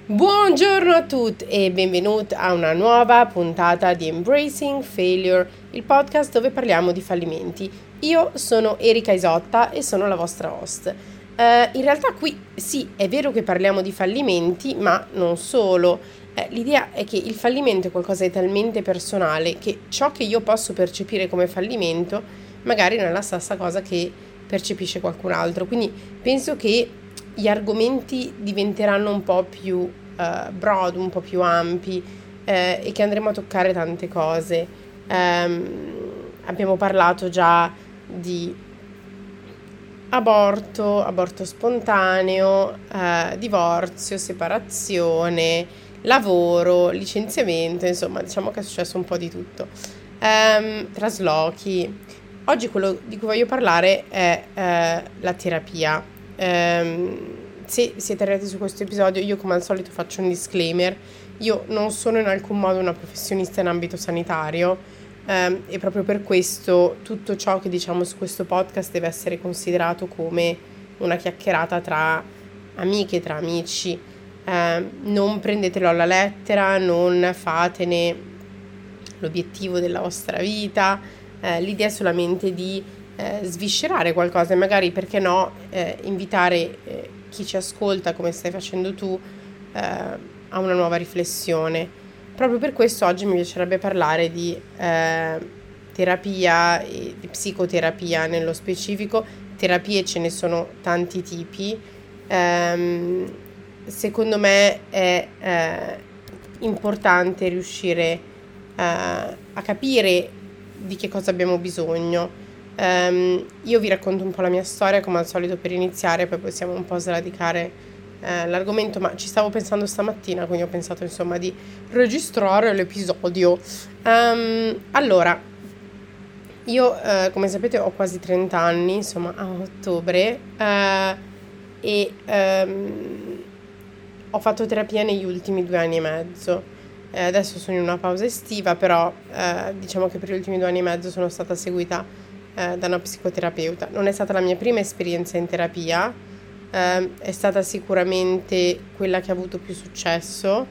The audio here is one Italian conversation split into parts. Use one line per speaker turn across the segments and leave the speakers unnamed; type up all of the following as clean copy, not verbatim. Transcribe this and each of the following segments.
Buongiorno a tutti e benvenuti a una nuova puntata di Embracing Failure, il podcast dove parliamo di fallimenti. Io sono Erika Isotta e sono la vostra host. In realtà qui sì, è vero che parliamo di fallimenti, ma non solo. L'idea è che il fallimento è qualcosa di talmente personale che ciò che io posso percepire come fallimento magari non è la stessa cosa che percepisce qualcun altro. Quindi penso che gli argomenti diventeranno un po' più broad, un po' più ampi e che andremo a toccare tante cose. Abbiamo parlato già di aborto spontaneo, divorzio, separazione, lavoro, licenziamento, insomma diciamo che è successo un po' di tutto. Traslochi. Oggi quello di cui voglio parlare è la terapia. Se siete arrivati su questo episodio, io come al solito faccio un disclaimer. Io non sono in alcun modo una professionista in ambito sanitario e proprio per questo tutto ciò che diciamo su questo podcast deve essere considerato come una chiacchierata tra amiche, tra amici. Non prendetelo alla lettera, non fatene l'obiettivo della vostra vita. L'idea è solamente di sviscerare qualcosa e magari, perché no, invitare chi ci ascolta, come stai facendo tu, a una nuova riflessione. Proprio per questo oggi mi piacerebbe parlare di terapia e di psicoterapia nello specifico. Terapie ce ne sono tanti tipi. Secondo me è importante riuscire a capire di che cosa abbiamo bisogno. Io vi racconto un po' la mia storia come al solito per iniziare, poi possiamo un po' sradicare l'argomento, ma ci stavo pensando stamattina, quindi ho pensato insomma di registrare l'episodio. Allora, io come sapete ho quasi 30 anni, insomma a ottobre, e ho fatto terapia negli ultimi 2 anni e mezzo. Adesso sono in una pausa estiva, però diciamo che per gli ultimi 2 anni e mezzo sono stata seguita da una psicoterapeuta. Non è stata la mia prima esperienza in terapia, è stata sicuramente quella che ha avuto più successo.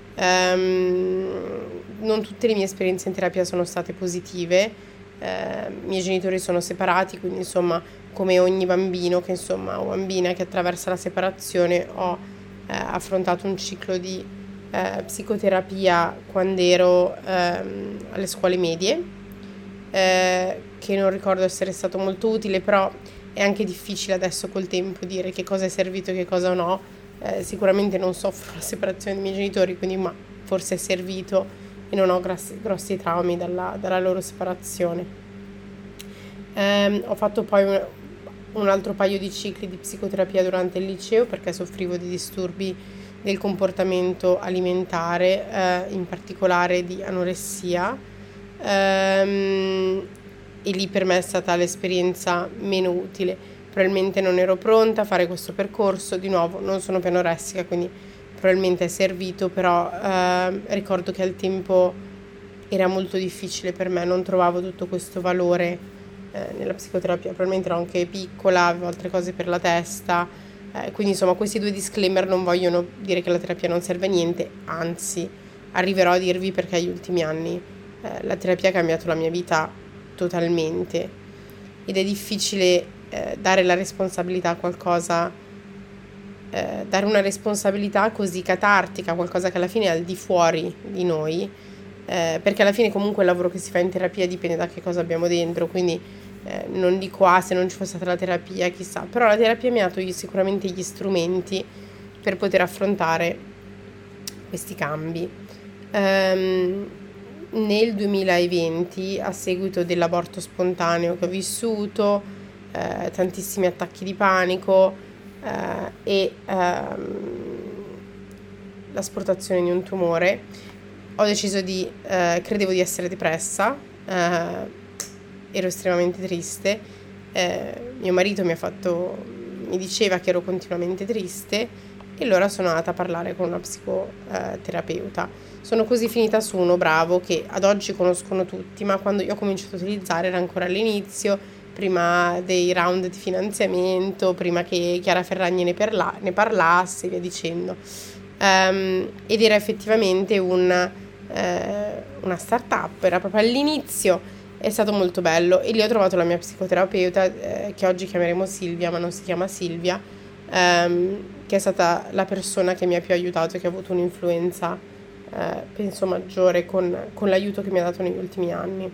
Non tutte le mie esperienze in terapia sono state positive. I miei genitori sono separati, quindi insomma, come ogni bambino che insomma o bambina che attraversa la separazione, ho affrontato un ciclo di psicoterapia quando ero alle scuole medie, che non ricordo essere stato molto utile, però è anche difficile adesso col tempo dire che cosa è servito e che cosa no. Sicuramente non soffro la separazione dei miei genitori, quindi ma forse è servito e non ho grossi traumi dalla loro separazione. Ho fatto poi un altro paio di cicli di psicoterapia durante il liceo perché soffrivo di disturbi del comportamento alimentare, in particolare di anoressia. E lì per me è stata l'esperienza meno utile. Probabilmente non ero pronta a fare questo percorso, di nuovo non sono più anoressica, quindi probabilmente è servito, però ricordo che al tempo era molto difficile per me, non trovavo tutto questo valore nella psicoterapia, probabilmente ero anche piccola, avevo altre cose per la testa, quindi insomma questi 2 disclaimer non vogliono dire che la terapia non serve a niente, anzi arriverò a dirvi perché negli ultimi anni la terapia ha cambiato la mia vita totalmente ed è difficile dare la responsabilità a qualcosa, dare una responsabilità così catartica, qualcosa che alla fine è al di fuori di noi, perché alla fine comunque il lavoro che si fa in terapia dipende da che cosa abbiamo dentro, quindi non dico se non ci fosse stata la terapia chissà, però la terapia mi ha dato sicuramente gli strumenti per poter affrontare questi cambi. Nel 2020, a seguito dell'aborto spontaneo che ho vissuto, tantissimi attacchi di panico e l'asportazione di un tumore, ho deciso credevo di essere depressa, ero estremamente triste, mio marito mi diceva che ero continuamente triste e allora sono andata a parlare con una psicoterapeuta. Sono così finita su uno bravo che ad oggi conoscono tutti, ma quando io ho cominciato a utilizzare era ancora all'inizio, prima dei round di finanziamento, prima che Chiara Ferragni ne parlasse e via dicendo. ed era effettivamente una startup, era proprio all'inizio. È stato molto bello e lì ho trovato la mia psicoterapeuta, che oggi chiameremo Silvia, ma non si chiama Silvia, che è stata la persona che mi ha più aiutato e che ha avuto un'influenza, penso, maggiore con l'aiuto che mi ha dato negli ultimi anni.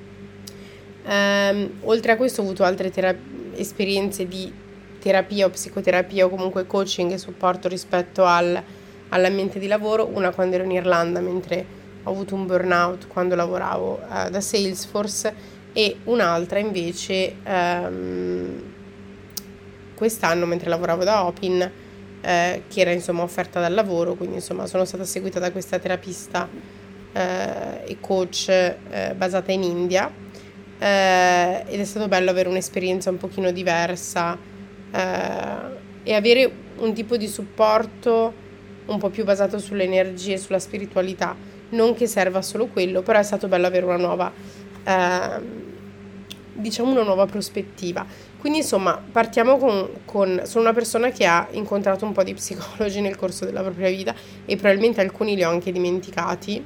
Oltre a questo ho avuto altre esperienze di terapia o psicoterapia o comunque coaching e supporto rispetto all'ambiente di lavoro, una quando ero in Irlanda mentre ho avuto un burnout quando lavoravo da Salesforce, e un'altra invece quest'anno mentre lavoravo da Opin, che era insomma offerta dal lavoro, quindi insomma sono stata seguita da questa terapista e coach basata in India, ed è stato bello avere un'esperienza un pochino diversa e avere un tipo di supporto un po' più basato sulle energie e sulla spiritualità. Non che serva solo quello, però è stato bello avere una nuova, una nuova prospettiva. Quindi insomma partiamo con sono una persona che ha incontrato un po' di psicologi nel corso della propria vita e probabilmente alcuni li ho anche dimenticati,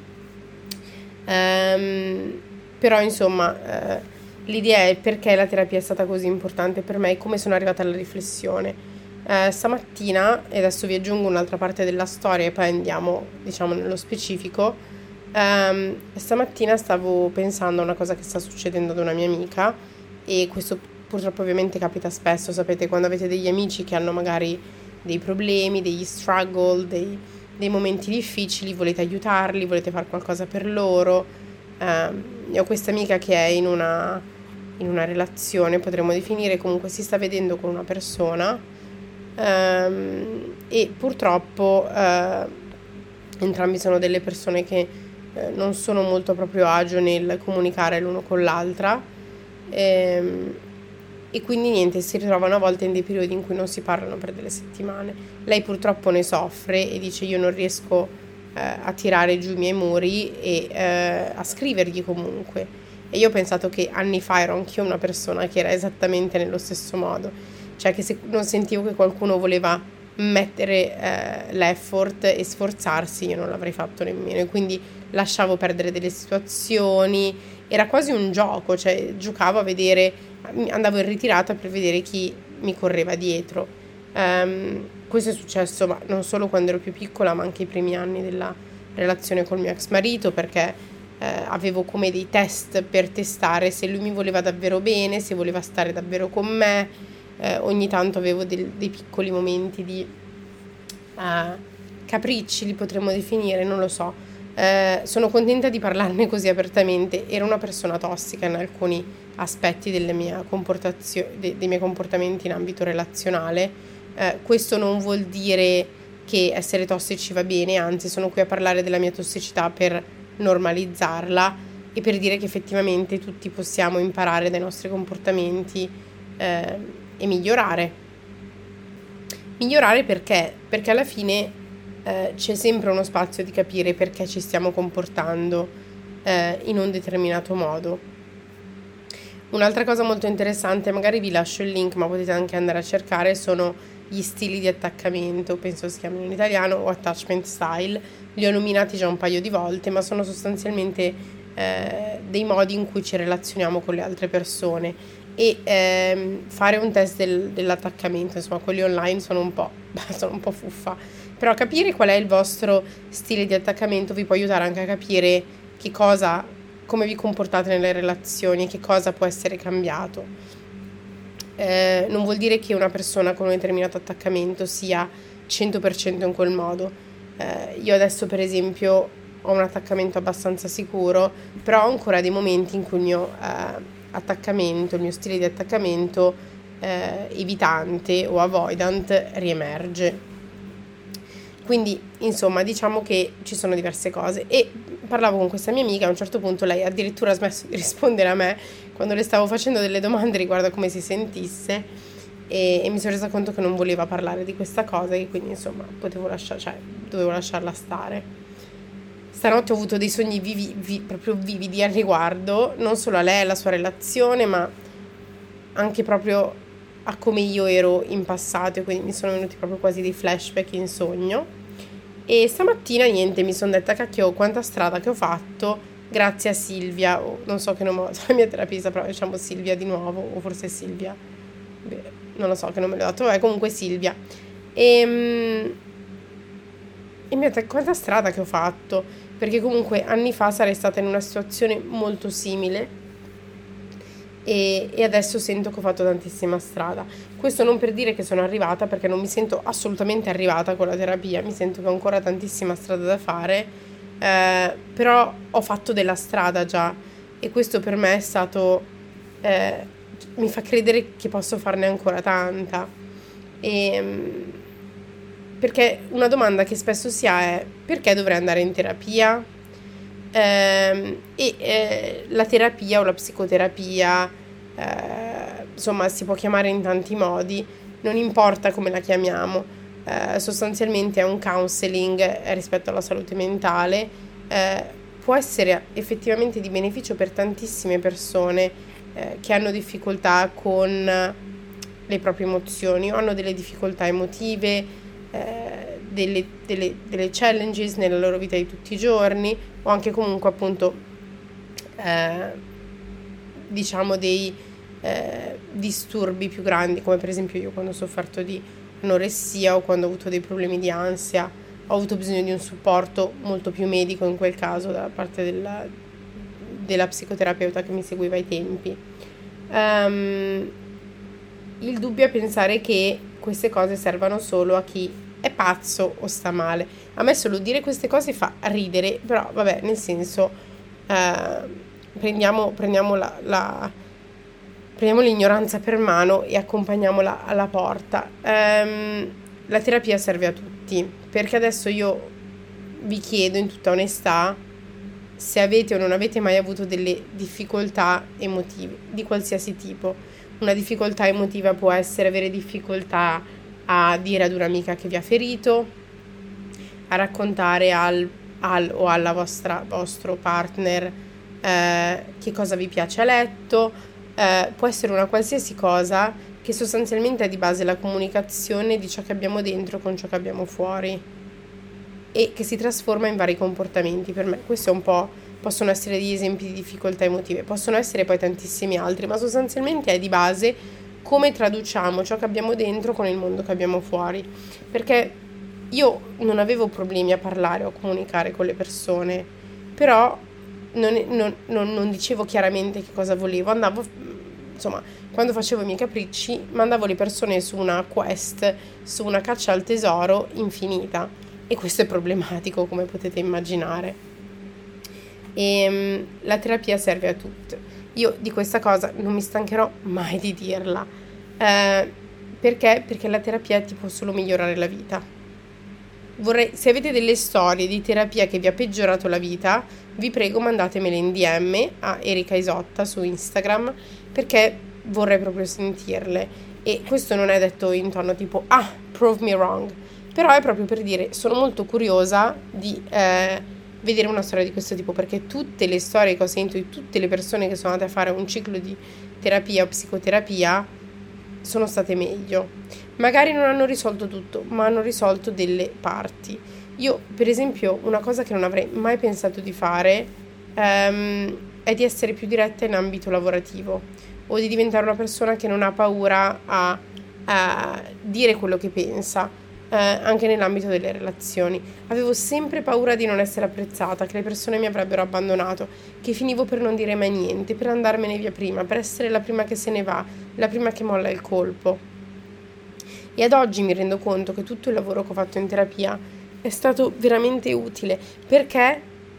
però insomma l'idea è perché la terapia è stata così importante per me e come sono arrivata alla riflessione. Stamattina, e adesso vi aggiungo un'altra parte della storia e poi andiamo nello specifico. Stamattina stavo pensando a una cosa che sta succedendo ad una mia amica, e questo purtroppo ovviamente capita spesso, sapete, quando avete degli amici che hanno magari dei problemi, degli struggle, dei momenti difficili, volete aiutarli, volete fare qualcosa per loro. Io ho questa amica che è in una relazione, potremmo definire, comunque si sta vedendo con una persona, e purtroppo entrambi sono delle persone che non sono molto a proprio agio nel comunicare l'uno con l'altra, e quindi niente, si ritrovano a volte in dei periodi in cui non si parlano per delle settimane. Lei purtroppo ne soffre e dice: io non riesco a tirare giù i miei muri e a scrivergli comunque. E io ho pensato che anni fa ero anch'io una persona che era esattamente nello stesso modo, cioè che se non sentivo che qualcuno voleva mettere l'effort e sforzarsi, io non l'avrei fatto nemmeno, e quindi lasciavo perdere delle situazioni. Era quasi un gioco, cioè giocavo a vedere, andavo in ritirata per vedere chi mi correva dietro. Questo è successo, ma non solo quando ero più piccola, ma anche i primi anni della relazione col mio ex marito, perché avevo come dei test per testare se lui mi voleva davvero bene, se voleva stare davvero con me. Ogni tanto avevo dei piccoli momenti di capricci, li potremmo definire, non lo so. Sono contenta di parlarne così apertamente. Era una persona tossica in alcuni aspetti dei miei comportamenti in ambito relazionale. Questo non vuol dire che essere tossici va bene, anzi sono qui a parlare della mia tossicità per normalizzarla e per dire che effettivamente tutti possiamo imparare dai nostri comportamenti e migliorare perché alla fine c'è sempre uno spazio di capire perché ci stiamo comportando in un determinato modo. Un'altra cosa molto interessante, magari vi lascio il link ma potete anche andare a cercare, sono gli stili di attaccamento, penso si chiamino in italiano, o attachment style. Li ho nominati già un paio di volte, ma sono sostanzialmente dei modi in cui ci relazioniamo con le altre persone. E fare un test dell'attaccamento, insomma quelli online sono un po' fuffa, però capire qual è il vostro stile di attaccamento vi può aiutare anche a capire come vi comportate nelle relazioni, che cosa può essere cambiato. Non vuol dire che una persona con un determinato attaccamento sia 100% in quel modo. Io adesso per esempio ho un attaccamento abbastanza sicuro, però ho ancora dei momenti in cui il mio attaccamento, il mio stile di attaccamento evitante o avoidant riemerge. Quindi insomma diciamo che ci sono diverse cose. E parlavo con questa mia amica, a un certo punto lei addirittura ha smesso di rispondere a me quando le stavo facendo delle domande riguardo a come si sentisse, e mi sono resa conto che non voleva parlare di questa cosa, e quindi insomma dovevo lasciarla stare. Stanotte ho avuto dei sogni proprio vividi al riguardo, non solo a lei, alla sua relazione, ma anche proprio a come io ero in passato, e quindi mi sono venuti proprio quasi dei flashback in sogno. E stamattina niente, mi sono detta cacchio, quanta strada che ho fatto grazie a Silvia, o non so che nome ho dato la mia terapista, però diciamo Silvia di nuovo, o forse Silvia, beh, non lo so che nome le ho dato, vabbè, comunque Silvia. E mi ha detto quanta strada che ho fatto, perché comunque anni fa sarei stata in una situazione molto simile e adesso sento che ho fatto tantissima strada. Questo non per dire che sono arrivata, perché non mi sento assolutamente arrivata con la terapia, mi sento che ho ancora tantissima strada da fare, però ho fatto della strada già e questo per me è stato, mi fa credere che posso farne ancora tanta. E, perché una domanda che spesso si ha è: perché dovrei andare in terapia? La terapia o la psicoterapia, insomma, si può chiamare in tanti modi, non importa come la chiamiamo, sostanzialmente è un counseling rispetto alla salute mentale, può essere effettivamente di beneficio per tantissime persone che hanno difficoltà con le proprie emozioni o hanno delle difficoltà emotive, delle challenges nella loro vita di tutti i giorni, o anche comunque appunto diciamo dei disturbi più grandi, come per esempio io quando ho sofferto di anoressia o quando ho avuto dei problemi di ansia, ho avuto bisogno di un supporto molto più medico in quel caso da parte della psicoterapeuta che mi seguiva ai tempi. Il dubbio è pensare che queste cose servano solo a chi è pazzo o sta male. A me solo dire queste cose fa ridere, però vabbè, nel senso, prendiamo l'ignoranza per mano e accompagniamola alla porta. La terapia serve a tutti, perché adesso io vi chiedo in tutta onestà se avete o non avete mai avuto delle difficoltà emotive di qualsiasi tipo. Una difficoltà emotiva può essere avere difficoltà a dire ad un'amica che vi ha ferito, a raccontare al o alla vostro partner che cosa vi piace a letto, può essere una qualsiasi cosa che sostanzialmente è di base la comunicazione di ciò che abbiamo dentro con ciò che abbiamo fuori e che si trasforma in vari comportamenti. Per me questo è un po', possono essere degli esempi di difficoltà emotive, possono essere poi tantissimi altri, ma sostanzialmente è di base come traduciamo ciò che abbiamo dentro con il mondo che abbiamo fuori, perché io non avevo problemi a parlare o a comunicare con le persone, però non dicevo chiaramente che cosa volevo, andavo, insomma, quando facevo i miei capricci mandavo le persone su una quest, su una caccia al tesoro infinita, e questo è problematico, come potete immaginare. E la terapia serve a tutti. Io di questa cosa non mi stancherò mai di dirla, perché la terapia ti può solo migliorare la vita. Se avete delle storie di terapia che vi ha peggiorato la vita, vi prego mandatemele in DM a Erika Isotta su Instagram, perché vorrei proprio sentirle. E questo non è detto in tono tipo prove me wrong, però è proprio per dire sono molto curiosa di vedere una storia di questo tipo, perché tutte le storie che ho sentito di tutte le persone che sono andate a fare un ciclo di terapia o psicoterapia sono state meglio. Magari non hanno risolto tutto, ma hanno risolto delle parti. Io, per esempio, una cosa che non avrei mai pensato di fare è di essere più diretta in ambito lavorativo, o di diventare una persona che non ha paura a dire quello che pensa. Anche nell'ambito delle relazioni avevo sempre paura di non essere apprezzata, che le persone mi avrebbero abbandonato, che finivo per non dire mai niente, per andarmene via prima, per essere la prima che se ne va, la prima che molla il colpo. E ad oggi mi rendo conto che tutto il lavoro che ho fatto in terapia è stato veramente utile, perché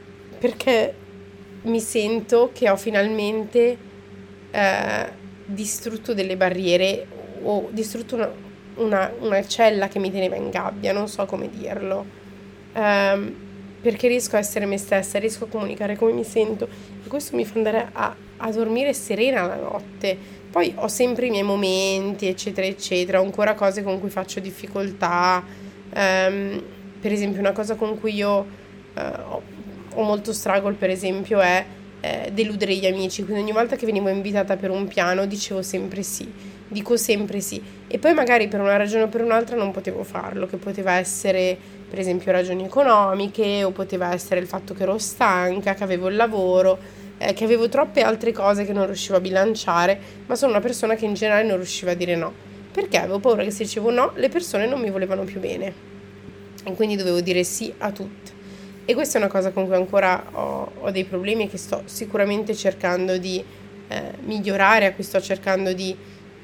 mi sento che ho finalmente distrutto delle barriere, o distrutto una cella che mi teneva in gabbia, non so come dirlo, perché riesco a essere me stessa, riesco a comunicare come mi sento, e questo mi fa andare a dormire serena la notte. Poi ho sempre i miei momenti, eccetera eccetera, ho ancora cose con cui faccio difficoltà, per esempio una cosa con cui io ho molto struggle, per esempio, è deludere gli amici, quindi ogni volta che venivo invitata per un piano dicevo sempre sì, dico sempre sì, e poi magari per una ragione o per un'altra non potevo farlo, che poteva essere per esempio ragioni economiche, o poteva essere il fatto che ero stanca, che avevo il lavoro, che avevo troppe altre cose che non riuscivo a bilanciare, ma sono una persona che in generale non riusciva a dire no, perché avevo paura che se dicevo no le persone non mi volevano più bene, e quindi dovevo dire sì a tutto. E questa è una cosa con cui ancora ho dei problemi, che sto sicuramente cercando di migliorare, a cui sto cercando di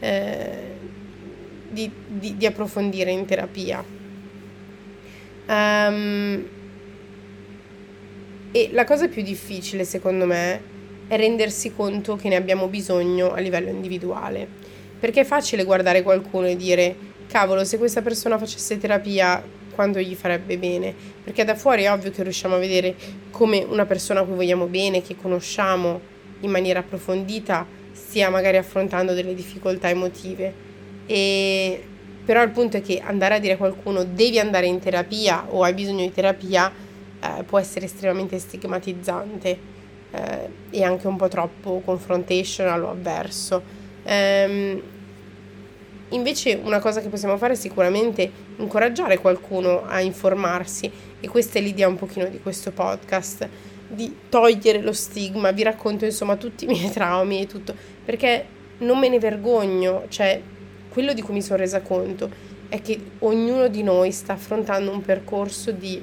approfondire in terapia. E la cosa più difficile secondo me è rendersi conto che ne abbiamo bisogno a livello individuale, perché è facile guardare qualcuno e dire cavolo, se questa persona facesse terapia quanto gli farebbe bene, perché da fuori è ovvio che riusciamo a vedere come una persona a cui vogliamo bene, che conosciamo in maniera approfondita, stia magari affrontando delle difficoltà emotive. Però il punto è che andare a dire a qualcuno devi andare in terapia o hai bisogno di terapia può essere estremamente stigmatizzante e anche un po' troppo confrontational o avverso. Invece una cosa che possiamo fare è sicuramente incoraggiare qualcuno a informarsi, e questa è l'idea un pochino di questo podcast, di togliere lo stigma. Vi racconto insomma tutti i miei traumi e tutto, perché non me ne vergogno, cioè quello di cui mi sono resa conto è che ognuno di noi sta affrontando un percorso di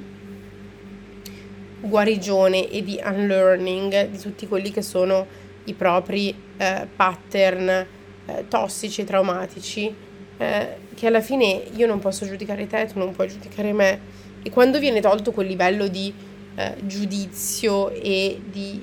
guarigione e di unlearning di tutti quelli che sono i propri pattern tossici, traumatici, che alla fine io non posso giudicare te, tu non puoi giudicare me, e quando viene tolto quel livello di giudizio e di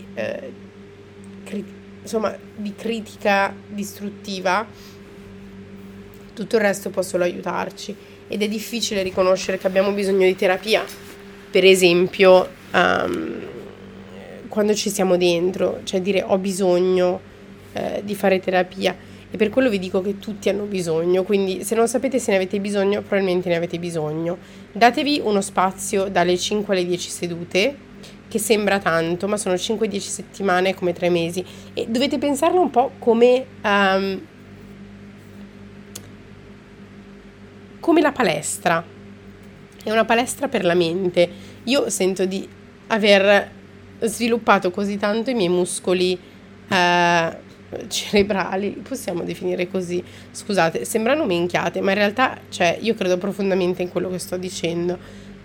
critica distruttiva, tutto il resto può solo aiutarci. Ed è difficile riconoscere che abbiamo bisogno di terapia, per esempio quando ci siamo dentro, cioè dire ho bisogno di fare terapia. E per quello vi dico che tutti hanno bisogno, quindi se non sapete se ne avete bisogno, probabilmente ne avete bisogno. Datevi uno spazio dalle 5 alle 10 sedute, che sembra tanto, ma sono 5-10 settimane, come 3 mesi, e dovete pensarlo un po' come la palestra. È una palestra per la mente. Io sento di aver sviluppato così tanto i miei muscoli cerebrali, possiamo definire così, scusate, sembrano minchiate, ma in realtà, cioè, io credo profondamente in quello che sto dicendo.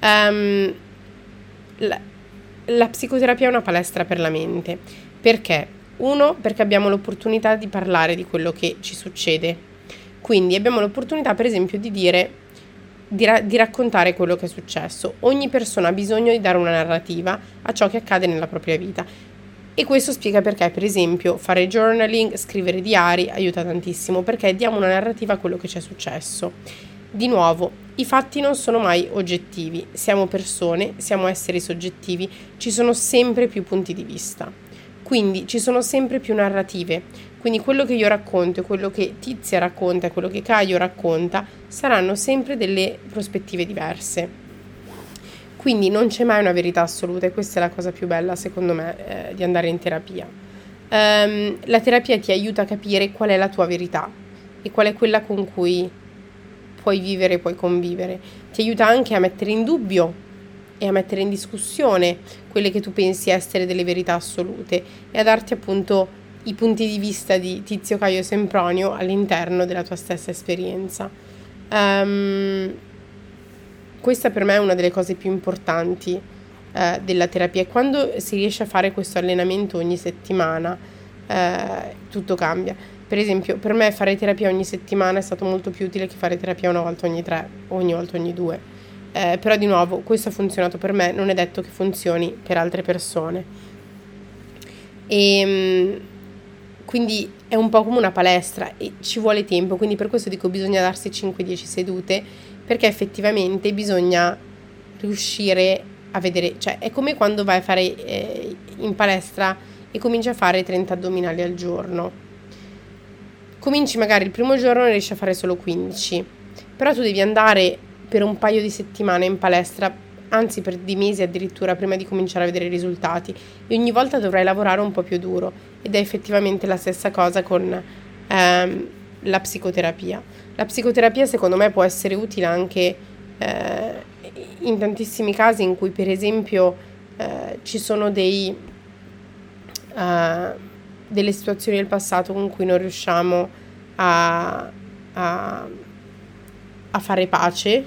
La psicoterapia è una palestra per la mente. Perché? Uno, perché abbiamo l'opportunità di parlare di quello che ci succede. Quindi abbiamo l'opportunità, per esempio, di raccontare quello che è successo. Ogni persona ha bisogno di dare una narrativa a ciò che accade nella propria vita. E questo spiega perché, per esempio, fare journaling, scrivere diari aiuta tantissimo, perché diamo una narrativa a quello che ci è successo. Di nuovo, i fatti non sono mai oggettivi, siamo persone, siamo esseri soggettivi, ci sono sempre più punti di vista, quindi ci sono sempre più narrative, quindi quello che io racconto, quello che Tizia racconta e quello che Caio racconta saranno sempre delle prospettive diverse. Quindi non c'è mai una verità assoluta, e questa è la cosa più bella, secondo me, di andare in terapia. La terapia ti aiuta a capire qual è la tua verità e qual è quella con cui puoi vivere, puoi convivere. Ti aiuta anche a mettere in dubbio e a mettere in discussione quelle che tu pensi essere delle verità assolute, e a darti appunto i punti di vista di Tizio, Caio e Sempronio all'interno della tua stessa esperienza. Questa per me è una delle cose più importanti della terapia, e quando si riesce a fare questo allenamento ogni settimana tutto cambia. Per esempio, per me fare terapia ogni settimana è stato molto più utile che fare terapia una volta ogni 3 o ogni volta ogni 2, però di nuovo questo ha funzionato per me, non è detto che funzioni per altre persone, e quindi è un po' come una palestra e ci vuole tempo, quindi per questo dico bisogna darsi 5-10 sedute, perché effettivamente bisogna riuscire a vedere, cioè è come quando vai a fare in palestra e cominci a fare 30 addominali al giorno. Cominci magari il primo giorno e riesci a fare solo 15, però tu devi andare per un paio di settimane in palestra, anzi per dei mesi addirittura, prima di cominciare a vedere i risultati, e ogni volta dovrai lavorare un po' più duro, ed è effettivamente la stessa cosa con la psicoterapia. La psicoterapia secondo me può essere utile anche in tantissimi casi in cui per esempio ci sono delle situazioni del passato con cui non riusciamo a fare pace.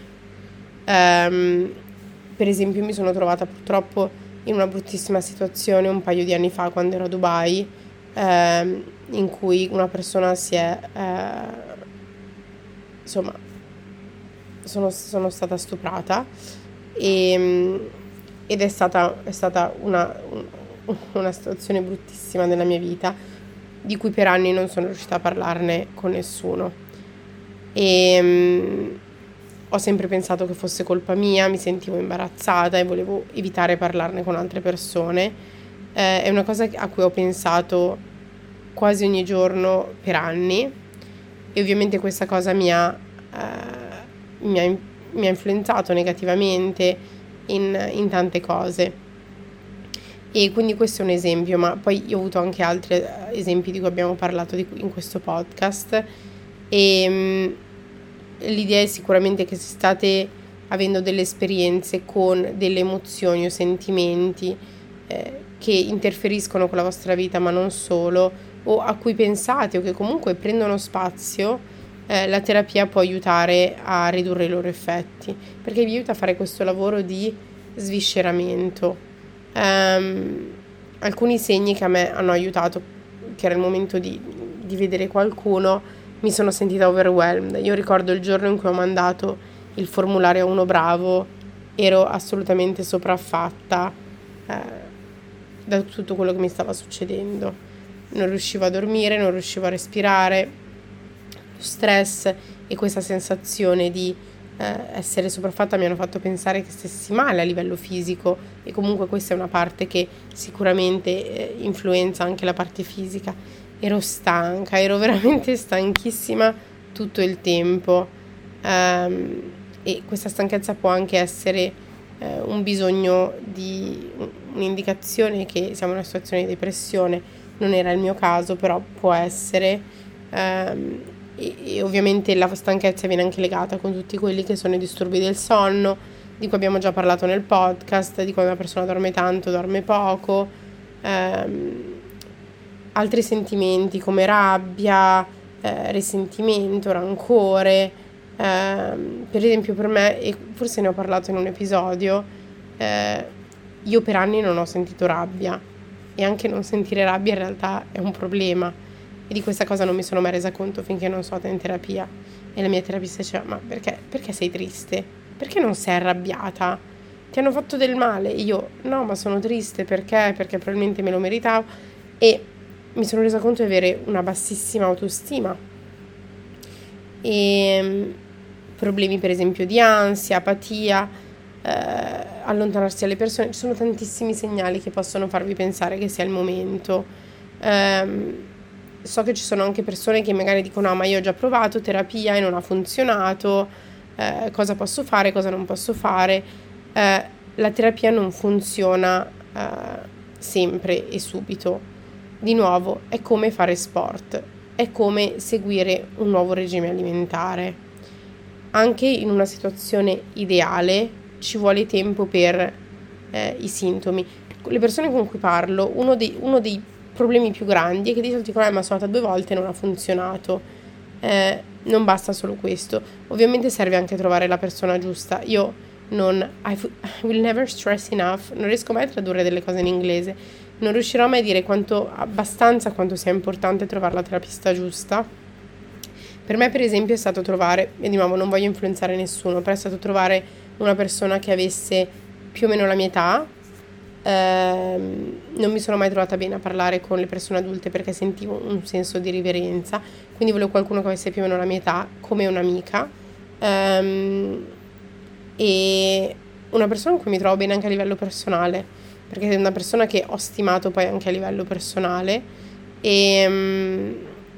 Per esempio mi sono trovata purtroppo in una bruttissima situazione un paio di anni fa quando ero a Dubai, in cui una persona si è insomma sono stata stuprata ed è stata una situazione bruttissima nella mia vita, di cui per anni non sono riuscita a parlarne con nessuno e ho sempre pensato che fosse colpa mia, mi sentivo imbarazzata e volevo evitare parlarne con altre persone. È una cosa a cui ho pensato quasi ogni giorno per anni e ovviamente questa cosa mi ha influenzato negativamente in tante cose. E quindi questo è un esempio, ma poi io ho avuto anche altri esempi di cui abbiamo parlato in questo podcast e l'idea è sicuramente che se state avendo delle esperienze con delle emozioni o sentimenti che interferiscono con la vostra vita, ma non solo, o a cui pensate o che comunque prendono spazio, la terapia può aiutare a ridurre i loro effetti, perché vi aiuta a fare questo lavoro di svisceramento. Alcuni segni che a me hanno aiutato, che era il momento di vedere qualcuno, mi sono sentita overwhelmed. Io ricordo il giorno in cui ho mandato il formulario a Uno Bravo, ero assolutamente sopraffatta da tutto quello che mi stava succedendo. Non riuscivo a dormire, non riuscivo a respirare, lo stress e questa sensazione di essere sopraffatta mi hanno fatto pensare che stessi male a livello fisico, e comunque questa è una parte che sicuramente influenza anche la parte fisica. Ero stanca, ero veramente stanchissima tutto il tempo e questa stanchezza può anche essere un bisogno di un'indicazione che siamo in una situazione di depressione. Non era il mio caso, però può essere e ovviamente la stanchezza viene anche legata con tutti quelli che sono i disturbi del sonno, di cui abbiamo già parlato nel podcast, di quando una persona dorme tanto, dorme poco, altri sentimenti come rabbia, risentimento, rancore. Per esempio per me, e forse ne ho parlato in un episodio, io per anni non ho sentito rabbia, e anche non sentire rabbia in realtà è un problema, e di questa cosa non mi sono mai resa conto finché non sono andata in terapia e la mia terapista diceva: ma perché sei triste? Perché non sei arrabbiata? Ti hanno fatto del male? E io no, ma sono triste perché probabilmente me lo meritavo, e mi sono resa conto di avere una bassissima autostima e problemi per esempio di ansia, apatia, allontanarsi dalle persone. Ci sono tantissimi segnali che possono farvi pensare che sia il momento. So che ci sono anche persone che magari dicono: no, ma io ho già provato terapia e non ha funzionato, cosa posso fare, cosa non posso fare. La terapia non funziona sempre e subito. Di nuovo, è come fare sport, è come seguire un nuovo regime alimentare. Anche in una situazione ideale ci vuole tempo per i sintomi. Le persone con cui parlo, uno dei problemi più grandi è che di solito dicono: ma sono andata 2 volte e non ha funzionato. Non basta solo questo, ovviamente serve anche trovare la persona giusta. I will never stress enough, non riesco mai a tradurre delle cose in inglese, non riuscirò mai a dire abbastanza quanto sia importante trovare la terapista giusta. Per me per esempio è stato trovare, e di nuovo non voglio influenzare nessuno, però è stato trovare una persona che avesse più o meno la mia età. Non mi sono mai trovata bene a parlare con le persone adulte perché sentivo un senso di riverenza, quindi volevo qualcuno che avesse più o meno la mia età, come un'amica, e una persona con cui mi trovo bene anche a livello personale, perché è una persona che ho stimato poi anche a livello personale, e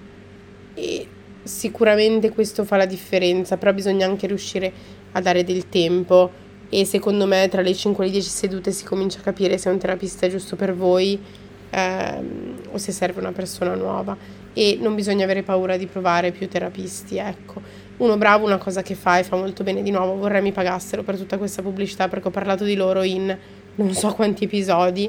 sicuramente questo fa la differenza, però bisogna anche riuscire a dare del tempo. E secondo me tra le 5 e le 10 sedute si comincia a capire se un terapista è giusto per voi o se serve una persona nuova. e non bisogna avere paura di provare più terapisti, ecco. Uno Bravo, una cosa che fa e fa molto bene, di nuovo vorrei mi pagassero per tutta questa pubblicità perché ho parlato di loro in non so quanti episodi.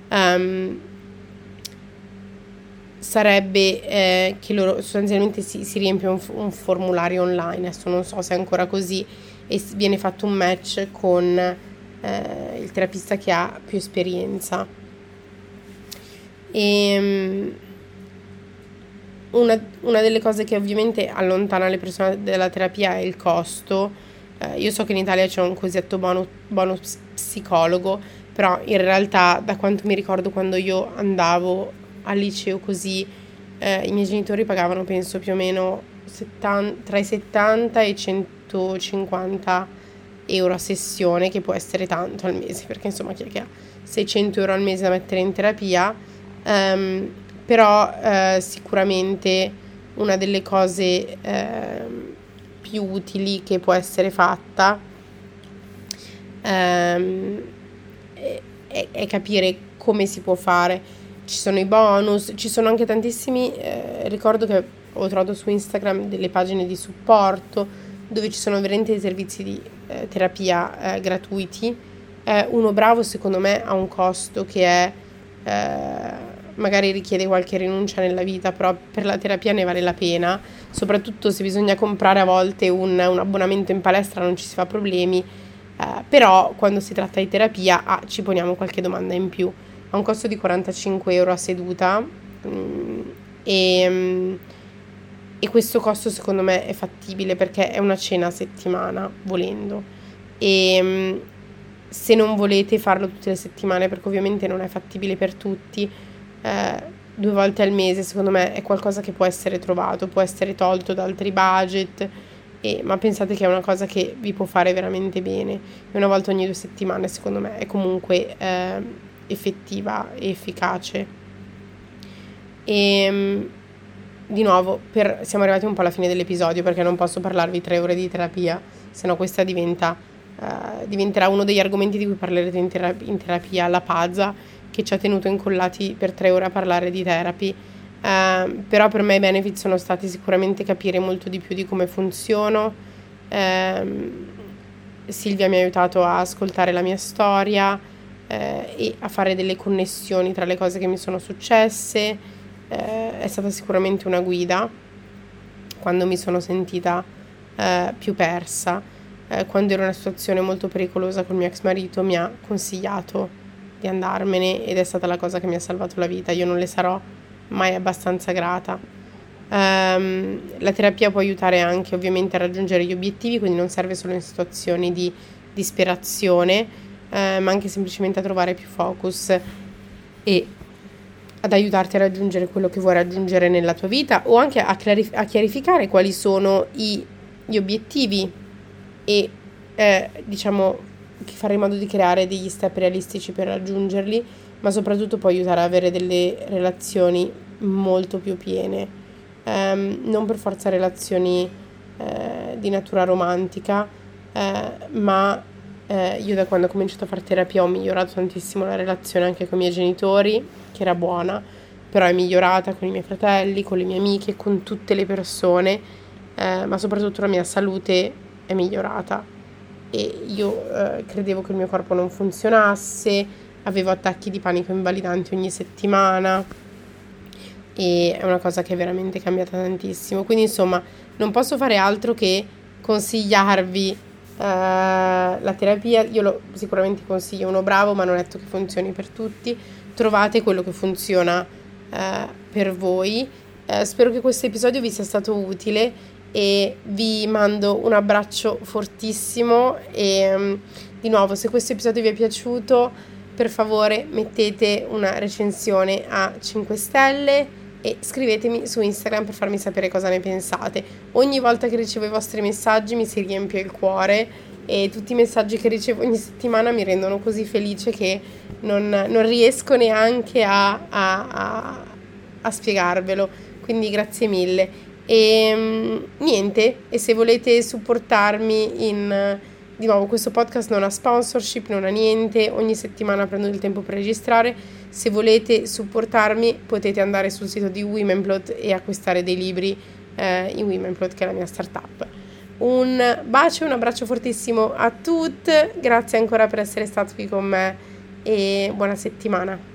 Sarebbe che loro sostanzialmente si riempie un formulario online, adesso non so se è ancora così, e viene fatto un match con il terapista che ha più esperienza. E una delle cose che ovviamente allontana le persone dalla terapia è il costo. Io so che in Italia c'è un cosiddetto bonus psicologo, però in realtà, da quanto mi ricordo, quando io andavo al liceo così, i miei genitori pagavano penso più o meno tra i 70 e i 150 euro a sessione, che può essere tanto al mese, perché insomma chi è che ha 600 euro al mese da mettere in terapia? Però sicuramente una delle cose più utili che può essere fatta è capire come si può fare. Ci sono i bonus, ci sono anche tantissimi, ricordo che ho trovato su Instagram delle pagine di supporto dove ci sono veramente dei servizi di terapia gratuiti. Uno Bravo secondo me ha un costo che è magari richiede qualche rinuncia nella vita, però per la terapia ne vale la pena, soprattutto se bisogna comprare a volte un abbonamento in palestra non ci si fa problemi, però quando si tratta di terapia ci poniamo qualche domanda in più. Ha un costo di 45 euro a seduta e questo costo secondo me è fattibile perché è una cena a settimana, volendo. E se non volete farlo tutte le settimane, perché ovviamente non è fattibile per tutti, 2 volte al mese secondo me è qualcosa che può essere trovato, può essere tolto da altri budget, ma pensate che è una cosa che vi può fare veramente bene, e una volta ogni 2 settimane secondo me è comunque effettiva e efficace. E di nuovo siamo arrivati un po' alla fine dell'episodio perché non posso parlarvi 3 ore di terapia, sennò questa diventerà uno degli argomenti di cui parlerete in terapia, la pazza che ci ha tenuto incollati per 3 ore a parlare di therapy. Però per me i benefit sono stati sicuramente capire molto di più di come funziono. Silvia mi ha aiutato a ascoltare la mia storia e a fare delle connessioni tra le cose che mi sono successe. È stata sicuramente una guida quando mi sono sentita più persa, quando ero in una situazione molto pericolosa col mio ex marito mi ha consigliato di andarmene ed è stata la cosa che mi ha salvato la vita. Io non le sarò mai abbastanza grata. La terapia può aiutare anche ovviamente a raggiungere gli obiettivi, quindi non serve solo in situazioni di disperazione, ma anche semplicemente a trovare più focus e ad aiutarti a raggiungere quello che vuoi raggiungere nella tua vita, o anche a chiarificare quali sono gli obiettivi e diciamo che fare in modo di creare degli step realistici per raggiungerli, ma soprattutto può aiutare ad avere delle relazioni molto più piene, non per forza relazioni di natura romantica, ma io da quando ho cominciato a fare terapia ho migliorato tantissimo la relazione anche con i miei genitori, che era buona, però è migliorata con i miei fratelli, con le mie amiche, con tutte le persone, ma soprattutto la mia salute è migliorata. E io credevo che il mio corpo non funzionasse, avevo attacchi di panico invalidanti ogni settimana e è una cosa che è veramente cambiata tantissimo. Quindi insomma non posso fare altro che consigliarvi la terapia. Io sicuramente consiglio Uno Bravo, ma non è detto che funzioni per tutti. Trovate quello che funziona per voi. Spero che questo episodio vi sia stato utile e vi mando un abbraccio fortissimo e di nuovo, se questo episodio vi è piaciuto, per favore mettete una recensione a 5 stelle e scrivetemi su Instagram per farmi sapere cosa ne pensate. Ogni volta che ricevo i vostri messaggi mi si riempie il cuore e tutti i messaggi che ricevo ogni settimana mi rendono così felice che non riesco neanche a spiegarvelo, quindi grazie mille. E niente, e se volete supportarmi in Di nuovo, questo podcast non ha sponsorship, non ha niente, ogni settimana prendo il tempo per registrare. Se volete supportarmi potete andare sul sito di Womenplot e acquistare dei libri in Womenplot, che è la mia startup. Un bacio, un abbraccio fortissimo a tutte, grazie ancora per essere stati qui con me e buona settimana.